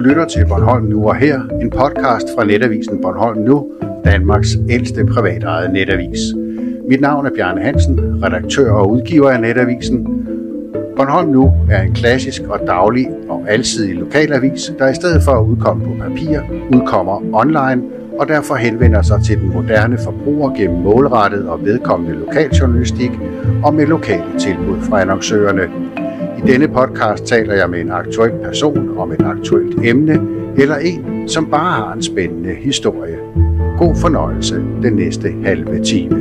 lytter til Bornholm Nu og Her, en podcast fra netavisen Bornholm Nu, Danmarks ældste privatejede netavis. Mit navn er Bjarne Hansen, redaktør og udgiver af netavisen. Bornholm Nu er en klassisk og daglig og alsidig lokalavis, der i stedet for at udkomme på papir, udkommer online og derfor henvender sig til den moderne forbruger gennem målrettet og vedkommende lokaljournalistik og med lokale tilbud fra annoncørerne. I denne podcast taler jeg med en aktuel person om et aktuelt emne, eller en, som bare har en spændende historie. God fornøjelse den næste halve time.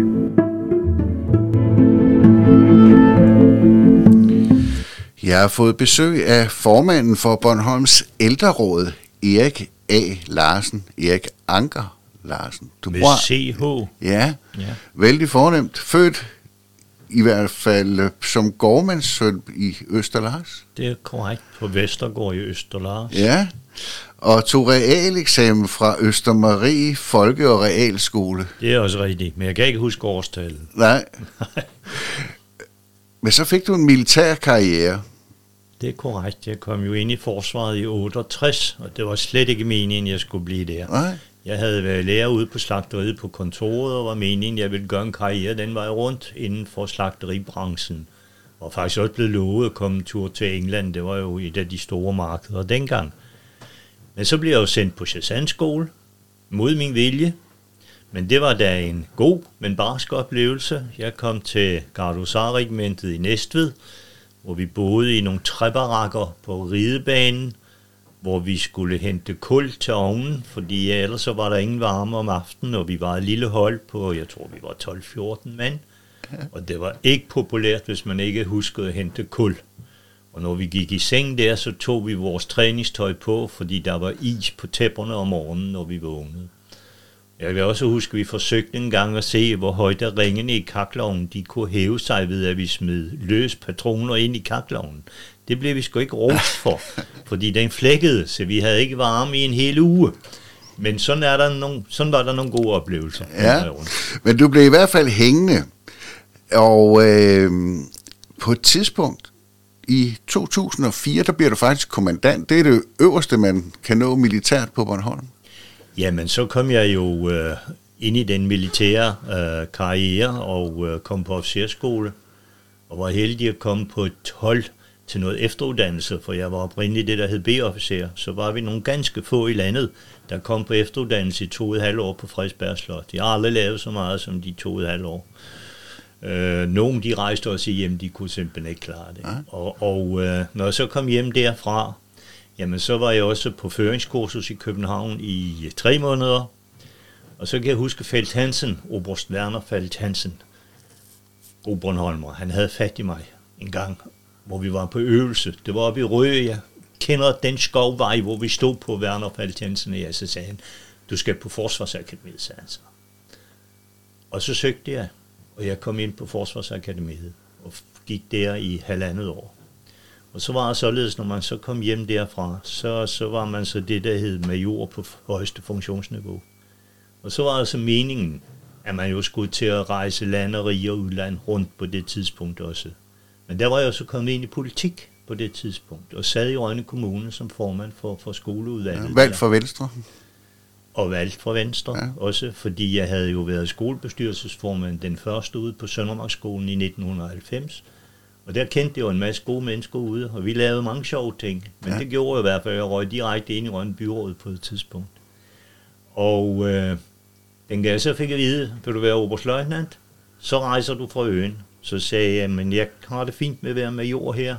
Jeg har fået besøg af formanden for Bornholms ældreråd, Erik A. Larsen. Erik Anker Larsen. Med CH. Ja, vældig fornemt. Født i hvert fald som gårdmandssøn i Østerlars. Det er korrekt, på Vestergård i Østerlars. Ja, og tog realeksamen fra Østermarie Folke- og Realskole. Det er også rigtigt, men jeg kan ikke huske årstallet. Nej. Men så fik du en militær karriere. Det er korrekt. Jeg kom jo ind i forsvaret i 68, og det var slet ikke meningen, jeg skulle blive der. Nej. Jeg havde været lærer ude på slagteriet på kontoret, og var meningen, jeg ville gøre en karriere den vej rundt inden for slagteribranchen. Og faktisk også blevet lovet at komme en tur til England. Det var jo et af de store markeder dengang. Men så blev jeg jo sendt på sergentskole mod min vilje. Men det var da en god, men barsk oplevelse. Jeg kom til Gardehusarregimentet i Næstved, hvor vi boede i nogle træbarakker på ridebanen, hvor vi skulle hente kul til ovnen, fordi ellers så var der ingen varme om aftenen, og vi var et lille hold på, jeg tror vi var 12-14 mand, og det var ikke populært, hvis man ikke huskede at hente kul. Og når vi gik i seng der, så tog vi vores træningstøj på, fordi der var is på tæpperne om morgenen, når vi vågnede. Jeg vil også huske, at vi forsøgte en gang at se, hvor højt der ringene i kakkelovnen, de kunne hæve sig ved, at vi smed løs patroner ind i kakkelovnen. Det blev vi sgu ikke rost for, fordi den flækkede, så vi havde ikke varme i en hel uge. Men sådan var der nogle gode oplevelser. Ja, men du blev i hvert fald hængende. Og på et tidspunkt i 2004, der bliver du faktisk kommandant. Det er det øverste, man kan nå militært på Bornholm. Jamen, så kom jeg jo ind i den militære karriere og kom på officerskole, og var heldig at komme på et hold til noget efteruddannelse, for jeg var oprindeligt det, der hed B-officer. Så var vi nogle ganske få i landet, der kom på efteruddannelse i 2,5 år på Frederiksberg Slot. Jeg har aldrig lavet så meget som de 2,5 år. Nogle de rejste også hjem, de kunne simpelthen ikke klare det. Ja. Og når jeg så kom hjem derfra, jamen så var jeg også på føringskursus i København i 3 måneder. Og så kan jeg huske Felt Hansen, oberst Werner Felt Hansen, god Bornholmer. Han havde fat i mig en gang, hvor vi var på øvelse. Det var oppe i Røge. Jeg kender den skovvej, hvor vi stod på Werner Felt Hansen, og jeg så sagde han, du skal på Forsvarsakademiet, sagde han så. Og så søgte jeg, og jeg kom ind på Forsvarsakademiet og gik der i 1,5 år. Og så var det således, når man så kom hjem derfra, så var man så det, der hed major på højeste funktionsniveau. Og så var det så meningen, at man jo skulle til at rejse land og rige og udland rundt på det tidspunkt også. Men der var jeg så kommet ind i politik på det tidspunkt, og sad i Rønne Kommune som formand for skoleudvalget. Ja, valgt for Venstre. Og valgt for Venstre, ja. Også fordi jeg havde jo været skolebestyrelsesformand den første ude på Søndermarksskolen i 1990. Og der kendte jeg jo en masse gode mennesker ude, og vi lavede mange sjove ting. Men det gjorde jeg i hvert fald, jeg røg direkte ind i Rønne Byråd på et tidspunkt. Og den gang så fik jeg at vide, vil du være oberstløjtnant, så rejser du fra øen. Så sagde jeg, men jeg har det fint med at være major her,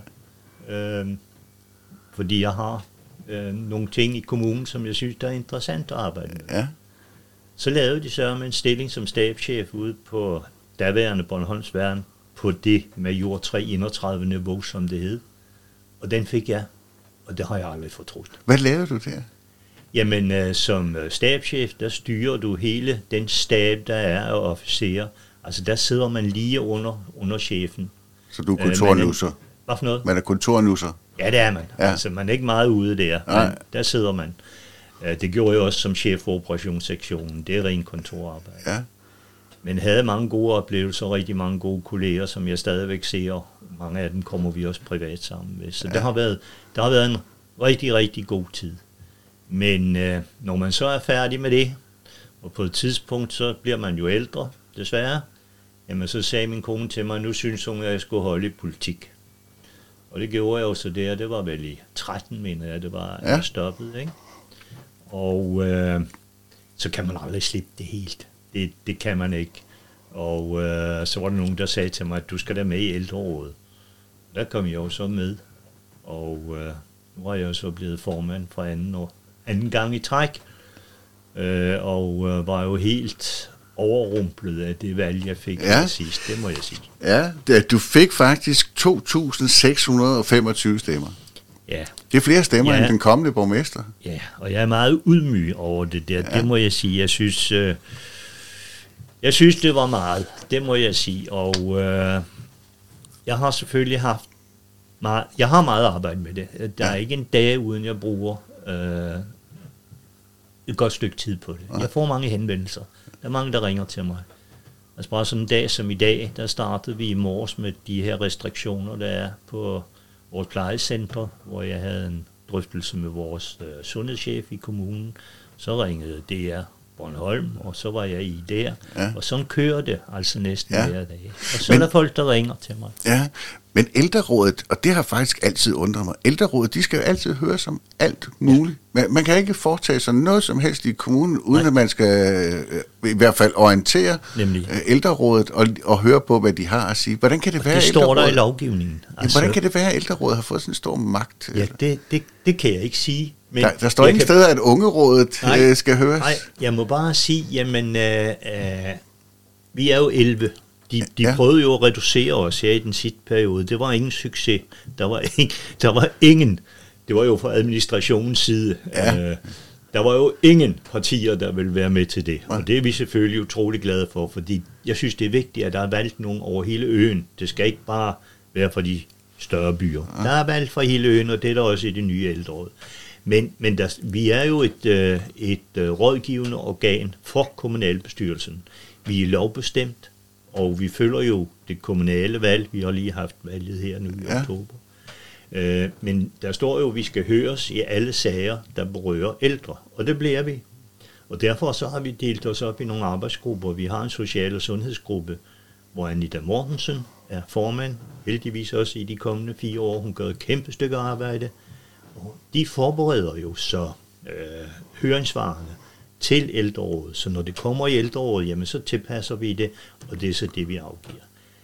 fordi jeg har nogle ting i kommunen, som jeg synes, der er interessant at arbejde med. Ja. Så lavede de så med en stilling som stabschef ude på daværende Bornholms Værn, på det major 331 niveau, som det hed. Og den fik jeg, og det har jeg aldrig fortrudt. Hvad lavede du der? Jamen, som stabschef, der styrer du hele den stab, der er af officerer. Altså, der sidder man lige under chefen. Så du er kontornusser? Hvad for noget? Man er kontornusser? Ja, det er man. Ja. Altså, man er ikke meget ude der, men der sidder man. Det gjorde jeg også som chef for operationssektionen. Det er rent kontorarbejde. Ja. Men havde mange gode oplevelser, rigtig mange gode kolleger, som jeg stadigvæk ser, og mange af dem kommer vi også privat sammen med. Så det har været en rigtig, rigtig god tid. Men når man så er færdig med det, og på et tidspunkt, så bliver man jo ældre, desværre, jamen så sagde min kone til mig, nu synes hun, at jeg skulle holde i politik. Og det gjorde jeg jo så der, det var vel i 13, mener jeg, det var, jeg stoppede, ikke? Og så kan man aldrig slippe det helt. Det kan man ikke. Og så var der nogen, der sagde til mig, at du skal da med i ældrerådet. Der kom jeg jo så med, og nu er jeg jo så blevet formand for anden gang i træk, og var jo helt overrumplet af det valg, jeg fik sidst, det må jeg sige. Ja, du fik faktisk 2.625 stemmer. Ja. Det er flere stemmer end den kommende borgmester. Ja, og jeg er meget ydmyg over det der, det må jeg sige. Jeg synes, det var meget, det må jeg sige, og jeg har selvfølgelig haft jeg har meget arbejde med det. Der er ikke en dag, uden jeg bruger et godt stykke tid på det. Jeg får mange henvendelser. Der er mange, der ringer til mig. Altså bare sådan en dag som i dag, der startede vi i morges med de her restriktioner, der er på vores plejecenter, hvor jeg havde en drøftelse med vores sundhedschef i kommunen. Så ringede DR Bornholm, og så var jeg i der. Ja. Og sådan kører det altså næsten hver dag. Og så er der folk, der ringer til mig. Ja, men ældrerådet, og det har faktisk altid undret mig, ældrerådet, de skal jo altid høre som alt muligt. Man kan ikke foretage sig noget som helst i kommunen, uden at man skal i hvert fald orientere ældrerådet og høre på, hvad de har at sige. Hvordan kan det være, det står der i lovgivningen. Altså, hvordan kan det være, at ældrerådet har fået sådan en stor magt? Ja, det kan jeg ikke sige. Men der står ingen steder, at ungerådet skal høres. Nej, jeg må bare sige, jamen, vi er jo 11. De prøvede jo at reducere os her i den sidste periode. Det var ingen succes. Der var ingen. Det var jo fra administrationens side. Der var jo ingen partier, der ville være med til det. Og det er vi selvfølgelig utrolig glade for, fordi jeg synes, det er vigtigt, at der er valgt nogen over hele øen. Det skal ikke bare være for de større byer. Der er valgt fra hele øen, og det er der også i det nye ældreråd. Men vi er jo et rådgivende organ for kommunalbestyrelsen. Vi er lovbestemt, og vi følger jo det kommunale valg. Vi har lige haft valget her nu i oktober. Men der står jo, at vi skal høres i alle sager, der berører ældre, og det bliver vi. Og derfor så har vi delt os op i nogle arbejdsgrupper. Vi har en social- og sundhedsgruppe, hvor Anita Mortensen er formand, heldigvis også i de kommende 4 år. Hun gør et kæmpe stykke arbejde. Og de forbereder jo så høringssvarene til ældrerådet. Så når det kommer i ældrerådet, jamen så tilpasser vi det, og det er så det, vi afgiver.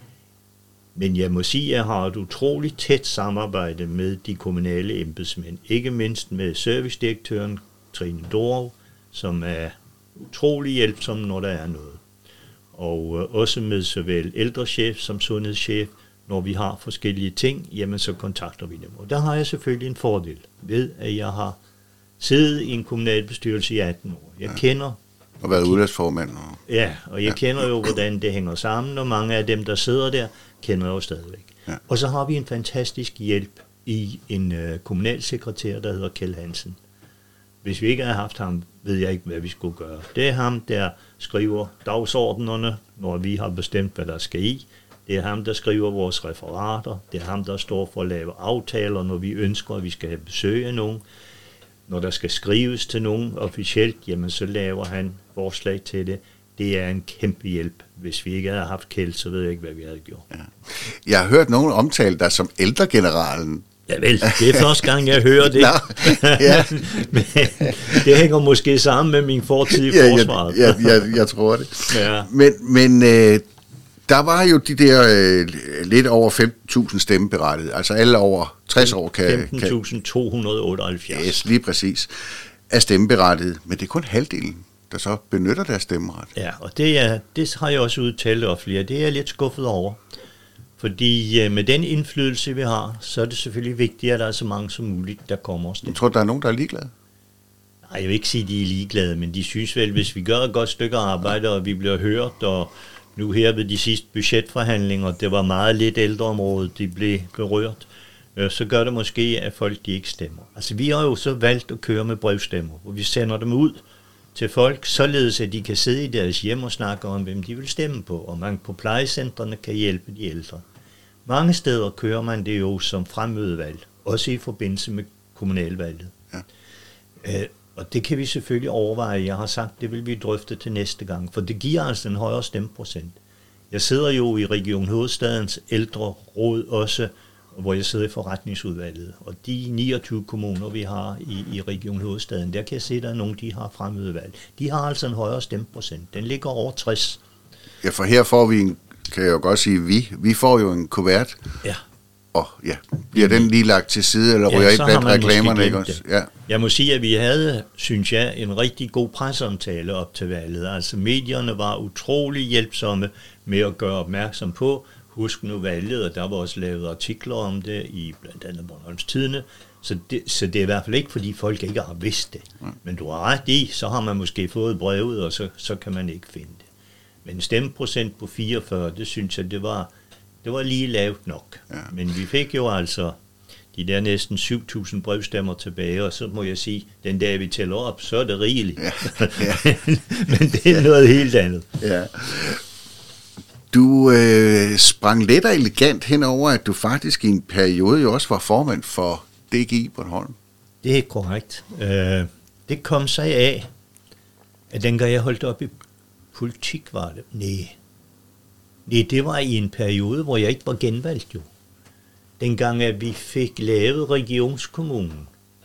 Men jeg må sige, at jeg har et utroligt tæt samarbejde med de kommunale embedsmænd. Ikke mindst med servicedirektøren Trine Dorov, som er utrolig hjælpsom, når der er noget. Og også med såvel ældrechef som sundhedschef. Når vi har forskellige ting, jamen så kontakter vi dem. Og der har jeg selvfølgelig en fordel ved, at jeg har siddet i en kommunalbestyrelse i 18 år. Jeg kender... Og været udvalgsformand. Ja, og jeg kender jo, hvordan det hænger sammen, og mange af dem, der sidder der, kender jeg jo stadigvæk. Ja. Og så har vi en fantastisk hjælp i en kommunalsekretær, der hedder Kjeld Hansen. Hvis vi ikke havde haft ham, ved jeg ikke, hvad vi skulle gøre. Det er ham, der skriver dagsordenerne, når vi har bestemt, hvad der skal i. Det er ham, der skriver vores referater. Det er ham, der står for at lave aftaler, når vi ønsker, at vi skal have besøg af nogen. Når der skal skrives til nogen officielt, jamen så laver han forslag til det. Det er en kæmpe hjælp. Hvis vi ikke havde haft Kjeld, så ved jeg ikke, hvad vi havde gjort. Ja. Jeg har hørt nogen omtale dig som ældregeneralen. Ja vel, det er første gang, jeg hører det. Men det hænger måske sammen med min fortid i forsvaret. Jeg tror det. Ja. Men der var jo de der lidt over 15.000 stemmeberettigede. Altså alle over 60 år kan... 15.278. Yes, lige præcis. Er stemmeberettiget. Men det er kun halvdelen, der så benytter deres stemmeret. Ja, og det har jeg også udtalt offentligt, og det er jeg lidt skuffet over. Fordi med den indflydelse, vi har, så er det selvfølgelig vigtigt, at der er så mange som muligt, der kommer os. Jeg tror, der er nogen, der er ligeglade? Nej, jeg vil ikke sige, at de er ligeglade, men de synes vel, hvis vi gør et godt stykke arbejde, og vi bliver hørt, og nu her ved de sidste budgetforhandlinger, det var meget lidt ældreområdet, de blev berørt, så gør det måske, at folk de ikke stemmer. Altså vi har jo så valgt at køre med brevstemmer, hvor vi sender dem ud til folk, således at de kan sidde i deres hjem og snakke om, hvem de vil stemme på, og man på plejecentrene kan hjælpe de ældre. Mange steder kører man det jo som fremmødevalg, også i forbindelse med kommunalvalget. Ja. Og det kan vi selvfølgelig overveje. Jeg har sagt, det vil vi drøfte til næste gang, for det giver altså en højere stemmeprocent. Jeg sidder jo i Region Hovedstadens ældreråd også, hvor jeg sidder i forretningsudvalget. Og de 29 kommuner, vi har i Region Hovedstaden, der kan jeg se, at der er nogle, de har fremmødevalg. De har altså en højere stemmeprocent. Den ligger over 60. Ja, for her får vi kan jeg jo godt sige, vi får jo en kuvert. Ja. Og ja, bliver den lige lagt til side, eller ryger ikke blandt reklamerne, ikke også? Ja. Jeg må sige, at vi havde, synes jeg, en rigtig god presseomtale op til valget. Altså medierne var utrolig hjælpsomme med at gøre opmærksom på, husk nu valget, og der var også lavet artikler om det i blandt andet Bornholms Tidende. Så det er i hvert fald ikke, fordi folk ikke har vidst det. Men du har ret i, så har man måske fået brevet, og så kan man ikke finde det. Men en stemmeprocent på 44, det synes jeg, det var lige lavt nok. Ja. Men vi fik jo altså de der næsten 7.000 brevstemmer tilbage, og så må jeg sige, den dag vi tæller op, så er det rigeligt. Ja. Ja. Men det er noget helt andet. Ja. Du sprang let og elegant henover, at du faktisk i en periode jo også var formand for DGI Bornholm. Det er korrekt. Det kom sig af, at dengang jeg holdt op i politik, var det. Nej, det var i en periode, hvor jeg ikke var genvalgt jo. Dengang, at vi fik lavet regionskommunen,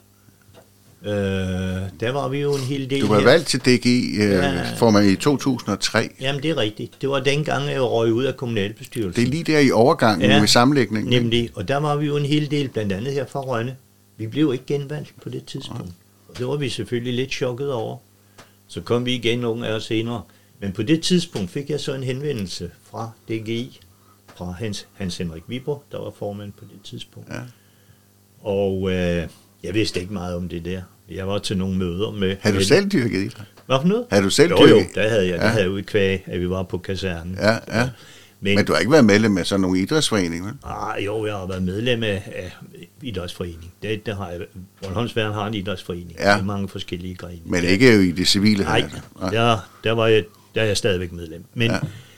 der var vi jo en hel del. Du var valgt til DGI formand i 2003. Jamen, det er rigtigt. Det var dengang, jeg røg ud af kommunalbestyrelsen. Det er lige der i overgangen med sammenlægningen. Nemlig, og der var vi jo en hel del, blandt andet her fra Rønne. Vi blev ikke genvalgt på det tidspunkt. Og det var vi selvfølgelig lidt chokket over. Så kom vi igen nogle af os senere. Men på det tidspunkt fik jeg så en henvendelse fra DGI, fra Hans Henrik Viborg, der var formand på det tidspunkt. Ja. Og jeg vidste ikke meget om det der. Jeg var til nogle møder med... Har du selv dyrket i? Hvad for noget? Har du selv dyrket? Jo, der havde jeg. Ja. Der havde jeg jo i kvæg, at vi var på kasernen. Ja, ja. Men du har ikke været medlem af sådan nogle idrætsforeninger, vel? Jo, jeg har været medlem af idrætsforening. Det har jeg. Bornholms Værn har en idrætsforening. Ja. Der er mange forskellige grene. Men ikke jo i det civile? Nej, der er jeg stadigvæk medlem. Men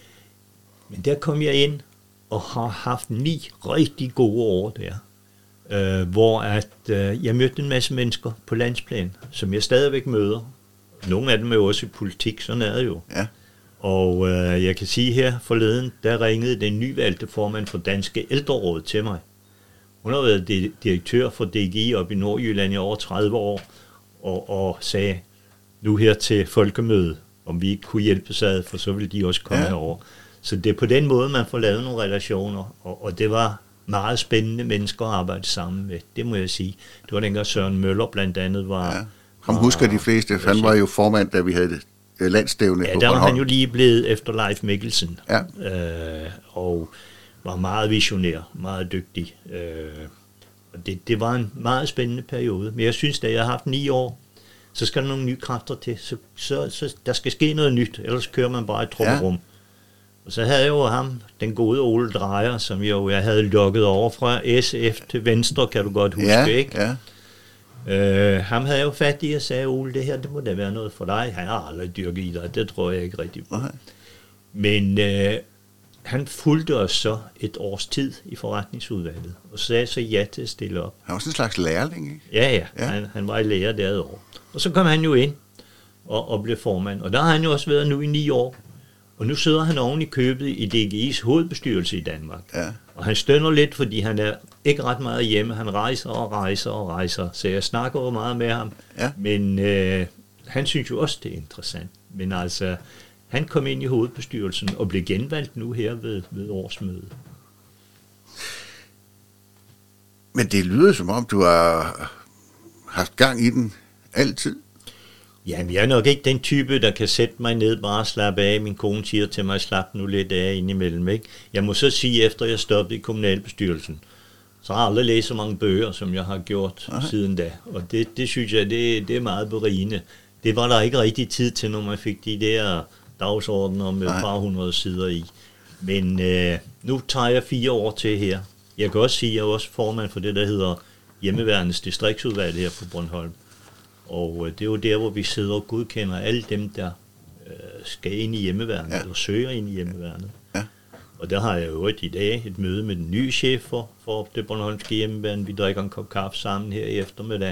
der kom jeg ind og har haft 9 rigtig gode år der, hvor at jeg mødte en masse mennesker på landsplan, som jeg stadigvæk møder. Nogle af dem er jo også i politik, sådan er det jo. Ja. Og jeg kan sige her forleden, der ringede den nyvalgte formand for Danske Ældreråd til mig. Hun har været direktør for DGI op i Nordjylland i over 30 år, og sagde nu her til folkemødet, om vi ikke kunne hjælpe sig, for så ville de også komme herover. Så det er på den måde, man får lavet nogle relationer, og det var meget spændende mennesker at arbejde sammen med, det må jeg sige. Det var dengang Søren Møller blandt andet var... Ja. Han husker de fleste, han var jo formand, da vi havde landstævne på Bornholm. Ja, der var han jo lige blevet efter Leif Mikkelsen, og var meget visionær, meget dygtig. Og det var en meget spændende periode, men jeg synes, at jeg har haft 9 år, så skal der nogle nye kræfter til, så der skal ske noget nyt, ellers kører man bare et trummerum. Ja. Og så havde jeg jo ham, den gode Ole Drejer, som jeg havde lukket over fra SF til Venstre, kan du godt huske, ikke? Ja. Ham havde jeg jo fat i og sagde, Ole, det her, det må da være noget for dig. Han har aldrig dyrket i dig, det tror jeg ikke rigtig på. Okay. Men han fulgte os så et års tid i forretningsudvalget, og sagde så ja til at stille op. Han var sådan en slags lærling, ikke? Ja. Han var i lærer derovre. Og så kom han jo ind og blev formand, og der har han jo også været nu i 9 år. Og nu sidder han oven i købet i DGI's hovedbestyrelse i Danmark. Ja. Og han stønner lidt, fordi han er ikke ret meget hjemme. Han rejser. Så jeg snakker jo meget med ham. Ja. Men han synes jo også, det er interessant. Men altså, han kom ind i hovedbestyrelsen og blev genvalgt nu her ved årsmødet. Men det lyder som om, du har haft gang i den altid. Jamen, jeg er nok ikke den type, der kan sætte mig ned bare og slappe af. Min kone siger til mig, slap nu lidt af indimellem, ikke? Jeg må så sige, efter jeg stoppede i kommunalbestyrelsen, så har jeg aldrig læst så mange bøger, som jeg har gjort siden da. Og det synes jeg, det er meget berigende. Det var der ikke rigtig tid til, når man fik de der dagsordener med et par 100 sider i. Men nu tager jeg 4 år til her. Jeg kan også sige, at jeg er også formand for det, der hedder Hjemmeværnets distriktsudvalg her på Bornholm. Og det er jo der, hvor vi sidder og godkender alle dem, der skal ind i hjemmeværnet, eller søger ind i hjemmeværnet. Ja. Og der har jeg jo i dag et møde med den nye chef for det bornholmske hjemmeværn. Vi drikker en kop kaffe sammen her i eftermiddag,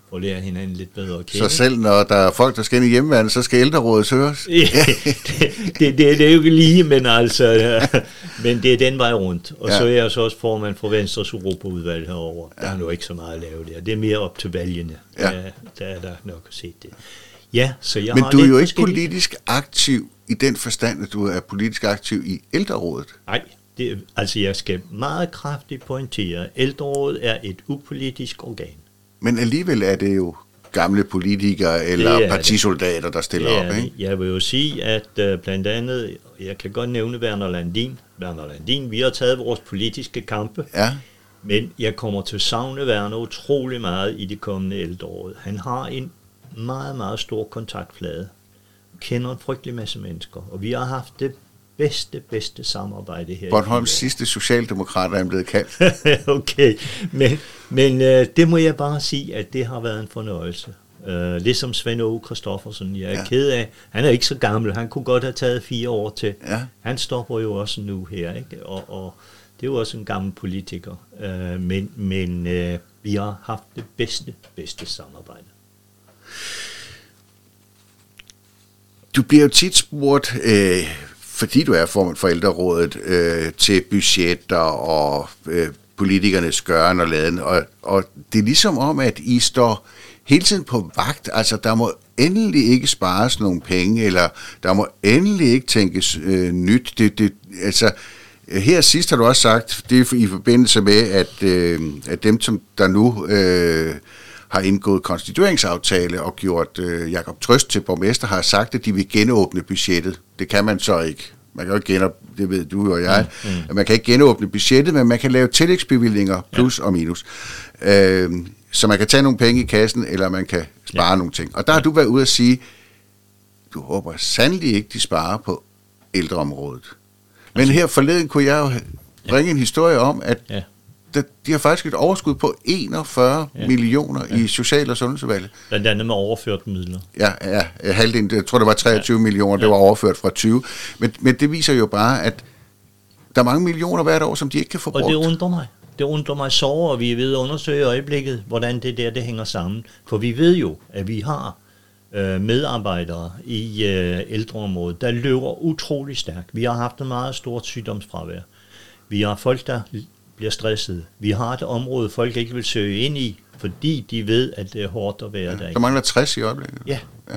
for at lære hinanden lidt bedre at kende. Så selv når der er folk, der skal ind i hjemmeværnet, så skal ældrerådet høres? det er jo ikke lige, men altså, men det er den vej rundt. Og så er jeg så også formand for Venstres Europaudvalg herovre. Der er nu ikke så meget at lave der. Det er mere op til valgene. Der er der nok at se det. Ja, så jeg men har du er jo ikke politisk aktiv i den forstand, at du er politisk aktiv i ældrerådet? Nej, altså jeg skal meget kraftigt pointere, at ældrerådet er et upolitisk organ. Men alligevel er det jo gamle politikere eller partisoldater, der stiller op, ikke? Jeg vil jo sige, at blandt andet, jeg kan godt nævne Werner Landin, vi har taget vores politiske kampe, men jeg kommer til at savne Werner utrolig meget i det kommende ældreråd. Han har en meget, meget stor kontaktflade, kender en frygtelig masse mennesker, og vi har haft det bedste samarbejde her. Bornholms sidste socialdemokrat er han blevet kaldt. Okay, men det må jeg bare sige, at det har været en fornøjelse. Ligesom Svend Åge Christoffersen, jeg er ked af. Han er ikke så gammel, han kunne godt have taget 4 år til. Ja. Han stopper jo også nu her, ikke? Og det er jo også en gammel politiker. Men vi har haft det bedste samarbejde. Du bliver jo tit spurgt, fordi du er formand for ældrerådet, til budgetter og politikernes gøren og laden, og det er ligesom om, at I står hele tiden på vagt, altså der må endelig ikke spares nogle penge, eller der må endelig ikke tænkes nyt. Altså, her sidst har du også sagt, det er i forbindelse med, at dem, som der nu har indgået konstitueringsaftale og gjort Jakob Trøst til borgmester, har sagt, at de vil genåbne budgettet. Det kan man så ikke. Man kan jo ikke det ved du og jeg, at man kan ikke genåbne budgettet, men man kan lave tillægsbevillinger plus og minus. Så man kan tage nogle penge i kassen, eller man kan spare nogle ting. Og der har du været ude at sige, du håber sandelig ikke, de sparer på ældreområdet. Men her forleden kunne jeg jo bringe en historie om, at de har faktisk et overskud på 41 millioner i social- og sundhedsudvalget. Blandt andet med overført midler. Ja, halvdelen, jeg tror det var 23 millioner, det var overført fra 20. Men det viser jo bare, at der er mange millioner hvert år, som de ikke kan få brugt. Og det undrer mig. Det undrer mig så, og vi er ved at undersøge i øjeblikket, hvordan det hænger sammen. For vi ved jo, at vi har medarbejdere i ældreområdet, der løber utrolig stærkt. Vi har haft en meget stort sygdomsfravær. Vi har folk, der bliver stresset. Vi har et område, folk ikke vil søge ind i, fordi de ved, at det er hårdt at være der. Der mangler 60 i øjeblikket. Ja.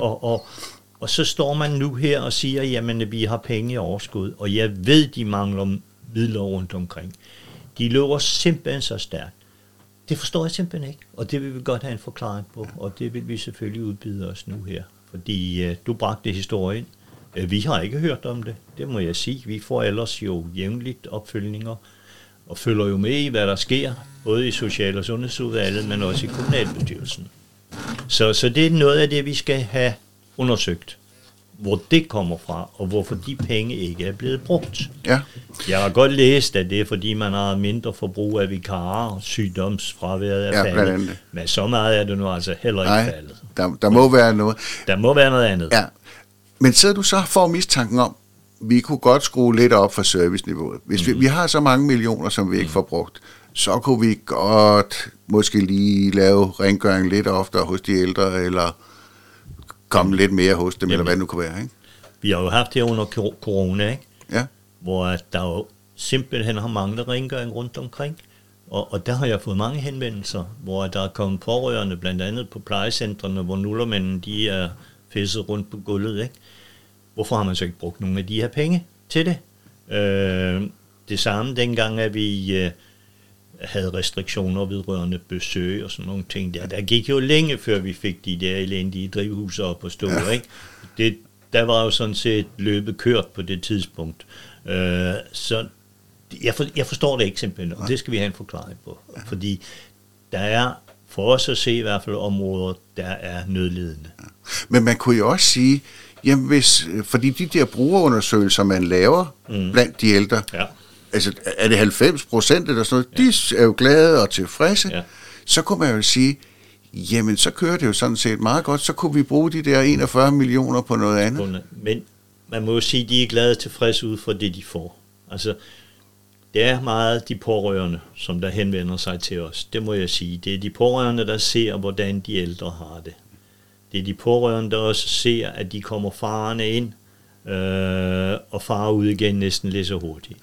Og så står man nu her og siger, jamen vi har penge i overskud, og jeg ved, de mangler midler rundt omkring. De løber simpelthen så stærkt. Det forstår jeg simpelthen ikke, og det vil vi godt have en forklaring på, og det vil vi selvfølgelig udbyde os nu her, fordi du bragte historien. Vi har ikke hørt om det, det må jeg sige. Vi får ellers jo jævnligt opfølgninger, og følger jo med i, hvad der sker, både i Social- og Sundhedsudvalget, men også i kommunalbestyrelsen. Så det er noget af det, vi skal have undersøgt, hvor det kommer fra, og hvorfor de penge ikke er blevet brugt. Ja. Jeg har godt læst, at det er, fordi man har mindre forbrug af vikarer, og sygdomsfraværet er faldet. Men så meget er det nu altså heller ikke faldet. Der må være noget. Der må være noget andet. Ja. Men sidder du så for mistanken om, vi kunne godt skrue lidt op for serviceniveauet. Hvis vi har så mange millioner, som vi ikke får brugt, så kunne vi godt måske lige lave rengøring lidt oftere hos de ældre, eller komme lidt mere hos dem, eller hvad det nu kunne være, ikke? Vi har jo haft det under corona, ikke? Ja. Hvor der jo simpelthen har manglet rengøring rundt omkring. Og der har jeg fået mange henvendelser, hvor der er kommet pårørende, blandt andet på plejecentrene, hvor nullermændene, de er fæsset rundt på gulvet, ikke? Hvorfor har man så ikke brugt nogle af de her penge til det? Det samme dengang, at vi havde restriktioner vedrørende besøg og sådan nogle ting. Der gik jo længe, før vi fik de der elendige drivhuser op og stå, ikke? Der var jo sådan set løbet kørt på det tidspunkt. Så jeg forstår det ikke simpelthen, og det skal vi have en forklaring på. Fordi der er, for os at se i hvert fald, områder, der er nødlidende. Men man kunne jo også sige, jamen fordi de der brugerundersøgelser, man laver blandt de ældre, altså er det 90% eller sådan noget, de er jo glade og tilfredse, så kunne man jo sige, jamen så kører det jo sådan set meget godt, så kunne vi bruge de der 41 millioner på noget andet. Men man må jo sige, at de er glade og tilfredse ud fra det, de får. Altså, Det er meget de pårørende, som der henvender sig til os. Det må jeg sige. Det er de pårørende, der ser, hvordan de ældre har det. Det er de pårørende, der også ser, at de kommer farerne ind og farer ud igen næsten lige så hurtigt.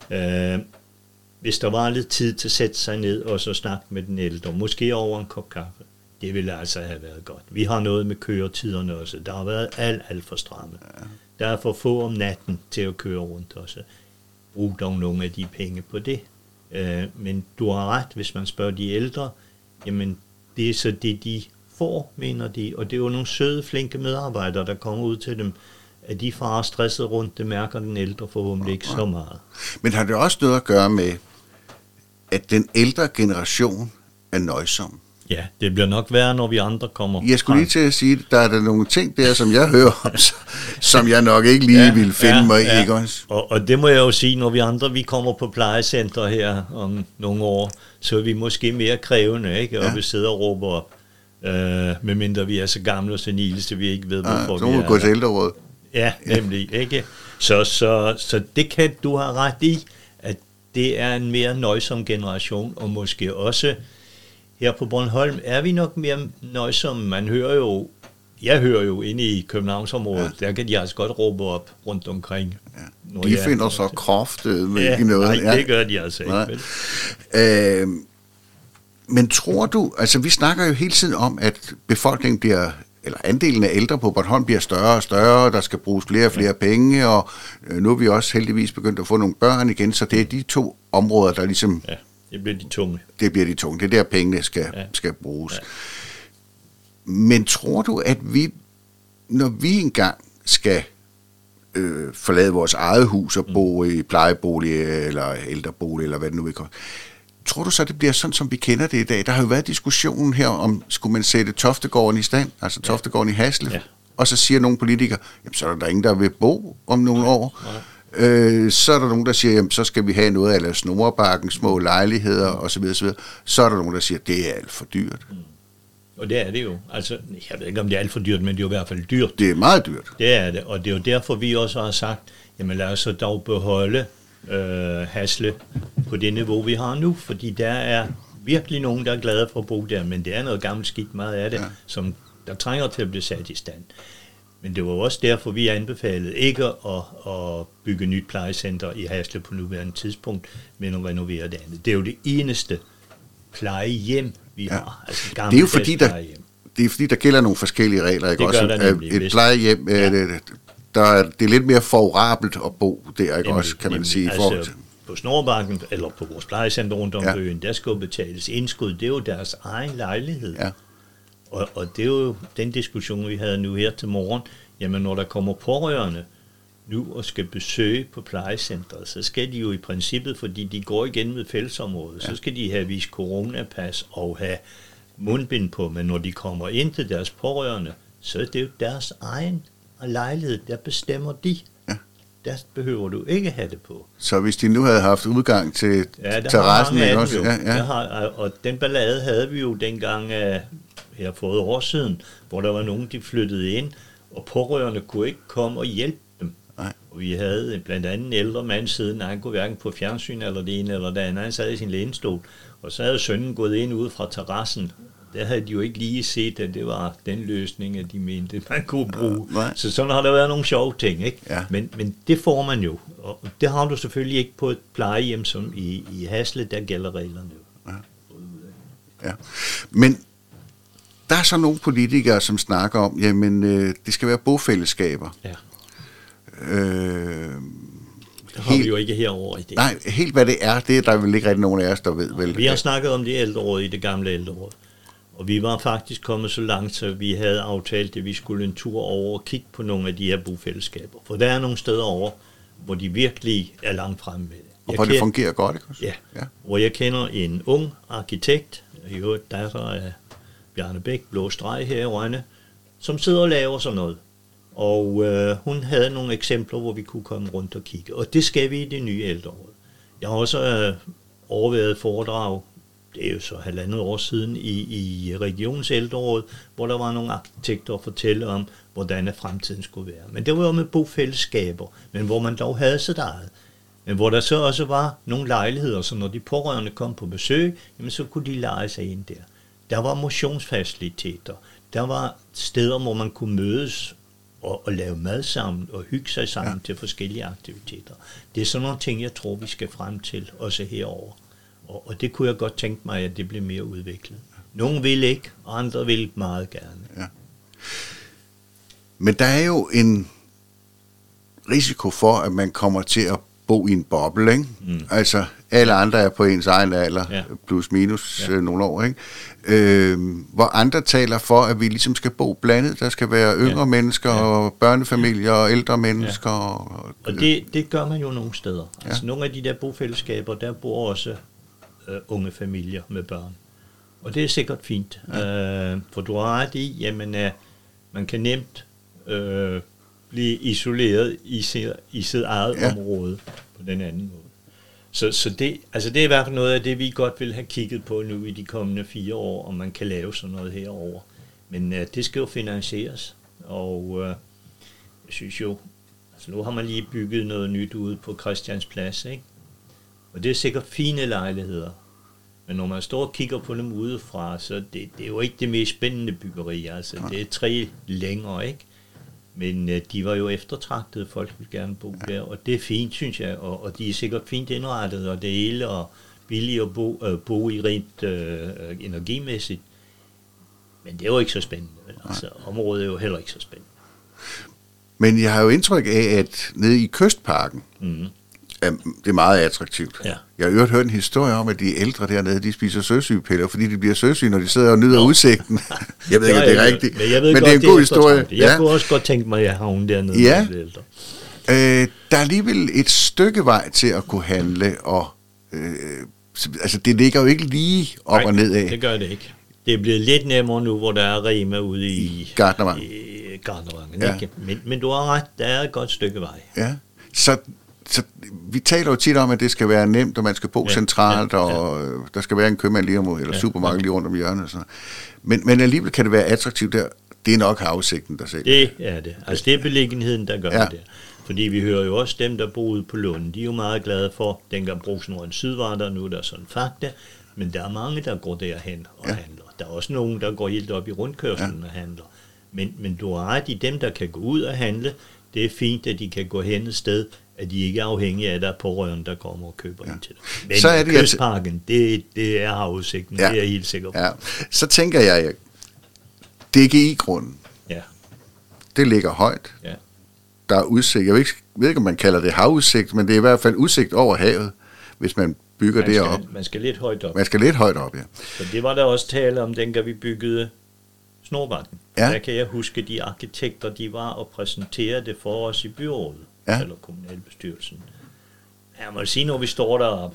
Hvis der var lidt tid til at sætte sig ned og så snakke med den ældre, måske over en kop kaffe, det ville altså have været godt. Vi har noget med køretiderne også. Der har været alt for stramme. Der er for få om natten til at køre rundt også. Brug dog nogle af de penge på det. Men du har ret, hvis man spørger de ældre, jamen det er så det, de får, mener de. Og det er jo nogle søde, flinke medarbejdere, der kommer ud til dem. At de farer stresset rundt, det mærker den ældre forhåbentlig ikke så meget. Men har det også noget at gøre med, at den ældre generation er nøjsom? Ja, det bliver nok værre, når vi andre kommer. Jeg skulle lige til at sige, der er der nogle ting der, som jeg hører om, som jeg nok ikke lige vil finde mig i. Ikke også? Og det må jeg jo sige, når vi andre vi kommer på plejecenter her om nogle år, så er vi måske mere krævende, ikke? Og vi sidder og råber op, medmindre vi er så gamle og senile, så vi ikke ved, hvorfor så må vi gå til ældrerådet. Ja, nemlig, ikke? Så det kan du have ret i, at det er en mere nøjsom generation, og måske også her på Bornholm er vi nok mere nøjsomme. Jeg hører jo inde i Københavnsområdet, der kan de altså godt råbe op rundt omkring. Ja. De finder så kraftet med ikke noget. Nej, det gør de altså ikke. Men tror du, altså vi snakker jo hele tiden om, at befolkningen bliver, eller andelen af ældre på Bornholm bliver større og større, der skal bruges flere og flere penge, og nu er vi også heldigvis begyndt at få nogle børn igen, så det er de to områder, der ligesom... Ja. Det bliver de tunge. Det bliver de tunge. Det er der, pengene skal bruges. Ja. Men tror du, at når vi engang skal forlade vores eget hus og bo i plejebolig eller ældrebolig, eller hvad det nu vil komme, tror du så, det bliver sådan, som vi kender det i dag? Der har jo været diskussionen her om, skulle man sætte Toftegården i stand, altså Toftegården i Hasle, og så siger nogle politikere, jamen så er der ingen, der vil bo om nogle år. Nej. Så er der nogen, der siger, jamen, så skal vi have noget af Snorebakken, små lejligheder osv. Så er der nogen, der siger, det er alt for dyrt. Og det er det jo. Altså, jeg ved ikke, om det er alt for dyrt, men det er jo i hvert fald dyrt. Det er meget dyrt. Det er det, og det er jo derfor, vi også har sagt, jamen lad os så dog beholde Hasle på det niveau, vi har nu, fordi der er virkelig nogen, der er glade for at bo der, men det er noget gammelt skidt meget af det, som der trænger til at blive sat i stand. Men det var også derfor, vi anbefalede ikke at bygge nyt plejecenter i Hasle på nuværende tidspunkt, men at renovere det andet. Det er jo det eneste plejehjem, vi har. Altså det er jo fordi, der gælder nogle forskellige regler. Ikke? Det gør der nemlig. Et plejehjem, det er lidt mere favorabelt at bo der, ikke? Også, kan man sige. Altså, på Snorebakken, eller på vores plejecenter rundt om byen, der skal jo betales indskud. Det er jo deres egen lejlighed. Ja. Og det er jo den diskussion, vi havde nu her til morgen. Jamen, når der kommer pårørende nu og skal besøge på plejecentret, så skal de jo i princippet, fordi de går igen med fællesområdet, så skal de have vist coronapas og have mundbind på. Men når de kommer ind til deres pårørende, så er det jo deres egen lejlighed, der bestemmer de. Ja. Der behøver du ikke have det på. Så hvis de nu havde haft udgang til terrassen, også? Og den ballade havde vi jo dengang her for et år siden, hvor der var nogen, de flyttede ind, og pårørende kunne ikke komme og hjælpe dem. Nej. Og vi havde blandt andet en ældre mand siden, han kunne hverken på fjernsyn eller det ene eller det andet, han sad i sin lænestol, og så havde sønnen gået ind ude fra terrassen. Der havde de jo ikke lige set, at det var den løsning, at de mente, man kunne bruge. Så sådan har der været nogle sjove ting, ikke? Ja. Men det får man jo, og det har du selvfølgelig ikke på et plejehjem som i Hasle, der gælder reglerne jo. Ja. Men der er så nogle politikere, som snakker om, jamen, det skal være bofællesskaber. Ja. Det har vi jo ikke herovre i det. Nej, helt hvad det er, det er der vel ikke rigtig nogen af os, der ved vel. Vi har snakket om det ældreråd i det gamle ældreråd. Og vi var faktisk kommet så langt, så vi havde aftalt, at vi skulle en tur over og kigge på nogle af de her bofællesskaber. For der er nogle steder over, hvor de virkelig er langt fremme med det. Og hvor det fungerer godt, ikke? Ja, hvor jeg kender en ung arkitekt, i øvrigt datter af Bjarne Bæk, blå streg her i Rønne, som sidder og laver sådan noget. Og hun havde nogle eksempler, hvor vi kunne komme rundt og kigge. Og det skal vi i det nye ældreråd. Jeg har også overværet foredrag, det er jo så 1,5 år siden, i regionens ældreråd, hvor der var nogle arkitekter at fortælle om, hvordan fremtiden skulle være. Men det var jo med bofællesskaber, men hvor man dog havde sit eget. Men hvor der så også var nogle lejligheder, så når de pårørende kom på besøg, jamen så kunne de lege sig ind der. Der var motionsfaciliteter. Der var steder, hvor man kunne mødes og lave mad sammen og hygge sig sammen til forskellige aktiviteter. Det er sådan nogle ting, jeg tror, vi skal frem til, også herover. Og det kunne jeg godt tænke mig, at det blev mere udviklet. Nogle vil ikke, og andre vil meget gerne. Ja. Men der er jo en risiko for, at man kommer til at bo i en boble, ikke? Altså, alle andre er på ens egen alder, plus minus nogle år, ikke? Hvor andre taler for, at vi ligesom skal bo blandet. Der skal være yngre mennesker, og børnefamilier, og ældre mennesker. Og det gør man jo nogle steder. Altså, nogle af de der bofællesskaber, der bor også unge familier med børn. Og det er sikkert fint. For du har ret i, jamen, man kan nemt blive isoleret i sit eget område på den anden måde. Så det er i hvert fald noget af det, vi godt vil have kigget på nu i de kommende 4 år, om man kan lave sådan noget herover. Men det skal jo finansieres, og jeg synes jo, altså nu har man lige bygget noget nyt ude på Christiansplads, ikke? Og det er sikkert fine lejligheder. Men når man står og kigger på dem udefra, så det er jo ikke det mest spændende byggeri. Altså, det er 3 længere, ikke? Men de var jo eftertragtede, folk vil gerne bo der, og det er fint, synes jeg, og de er sikkert fint indrettet, og det hele, og billigt at bo i rent energimæssigt. Men det er jo ikke så spændende, vel? Altså, området er jo heller ikke så spændende. Men jeg har jo indtryk af, at nede i Kystparken, det er meget attraktivt. Ja. Jeg har hørt en historie om, at de ældre dernede, de spiser søsygepiller, fordi de bliver søsyge, når de sidder og nyder udsigten. Jeg ved ikke, om det er rigtigt, men det er en god historie. Jeg kunne også godt tænke mig, at jeg havner dernede med de ældre. Der er alligevel et stykke vej til at kunne handle, og altså det ligger jo ikke lige op og ned af. Det gør det ikke. Det er blevet lidt nemmere nu, hvor der er Rema ude i Gartnervangen. Ja. Men du har ret, der er et godt stykke vej. Ja, så vi taler jo tit om, at det skal være nemt, og man skal bo centralt, og der skal være en købmand lige om, eller supermarked lige rundt om hjørnet. Så. Men alligevel kan det være attraktivt der. Det er nok havsigten, der selv. Det er det. Altså det er beliggenheden, der gør det. Fordi vi hører jo også dem, der bor ude på Lunden, de er jo meget glade for, dengang Brugsen Syd var der, nu er der sådan Fakta, men der er mange, der går derhen og handler. Der er også nogen, der går helt op i rundkørslen og handler. Men du har ret i dem, der kan gå ud og handle. Det er fint, at de kan gå hen et sted, at de ikke er afhængige af, at der er pårørende, der kommer og køber ind til det. Men så er det Kystparken, det er havudsigten, det er jeg helt sikker på. Ja. Så tænker jeg, DGI-grunden, det ligger højt. Ja. Der er udsigt, jeg ved ikke, om man kalder det havudsigt, men det er i hvert fald udsigt over havet, hvis man bygger det op. Man skal lidt højt op. Man skal lidt højt op, ja. Så det var der også tale om, dengang vi byggede Snorbakken. Ja. Der kan jeg huske, de arkitekter, de var og præsenterede det for os i byrådet, eller kommunalbestyrelsen. Jeg må sige, når vi står deroppe,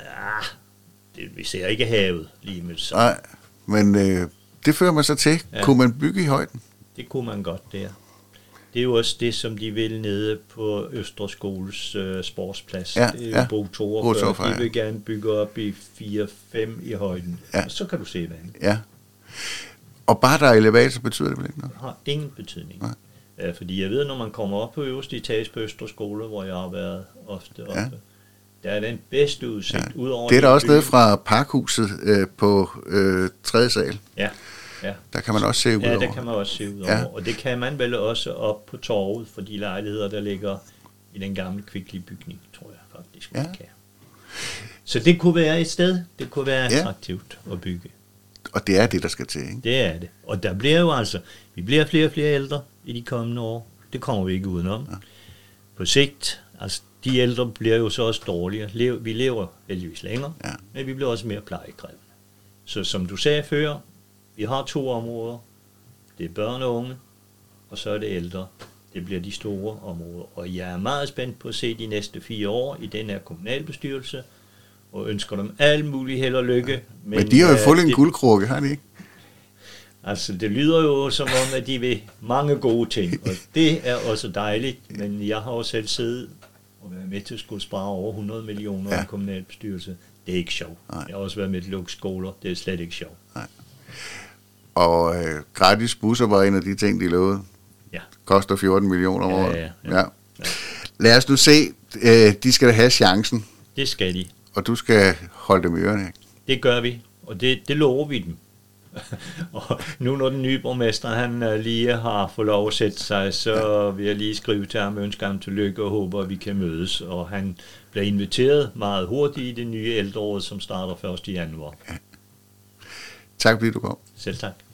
vi ser ikke havet lige med sig. Nej, men det fører man så til. Ja. Kunne man bygge i højden? Det kunne man godt der. Det er jo også det, som de vil nede på Østre Skoles sportsplads. Ja, det er jo Bo 42. De vil gerne bygge op i 4-5 i højden. Ja. Og så kan du se vandet. Ja. Og bare der er elevator, betyder det vel ikke noget? Det har ingen betydning. Ja, fordi jeg ved, når man kommer op på øverste etage på Østre Skole, hvor jeg har været ofte oppe, der er den bedste udsigt ud over... Det er der også nede fra Parkhuset på 3. sal. Ja. Der kan man også se ud over. Ja, der kan man også se ud over. Og det kan man vel også op på torvet for de lejligheder, der ligger i den gamle Kvickly-bygning, tror jeg faktisk, man kan. Så det kunne være et sted, det kunne være attraktivt at bygge. Og det er det, der skal til, ikke? Det er det. Og der bliver jo altså, vi bliver flere og flere ældre i de kommende år. Det kommer vi ikke udenom. Ja. På sigt, altså de ældre bliver jo så også dårligere. Vi lever heldigvis længere, men vi bliver også mere plejekrævende. Så som du sagde før, vi har 2 områder. Det er børn og unge, og så er det ældre. Det bliver de store områder. Og jeg er meget spændt på at se de næste 4 år i den her kommunalbestyrelse, og ønsker dem alt muligt held og lykke. Men de har jo fundet en guldkrukke, har de ikke? Altså, det lyder jo som om, at de vil mange gode ting, og det er også dejligt, men jeg har også selv siddet og været med til at skulle spare over 100 millioner i en kommunalbestyrelse. Det er ikke sjovt. Jeg har også været med til at lukke skoler. Det er slet ikke sjovt. Nej. Og gratis busser var en af de ting, de lovede. Ja. Koster 14 millioner om året. Ja. Lad os nu se. De skal da have chancen, Det skal de. og du skal holde dem i ørerne. Det gør vi, og det lover vi dem. Og nu når den nye borgmester, han lige har fået lov at sætte sig, så vil jeg lige skrive til ham, ønske ham tillykke og håber, at vi kan mødes. Og han bliver inviteret meget hurtigt i det nye ældreråd, som starter 1. januar. Tak fordi du kom. Selv tak.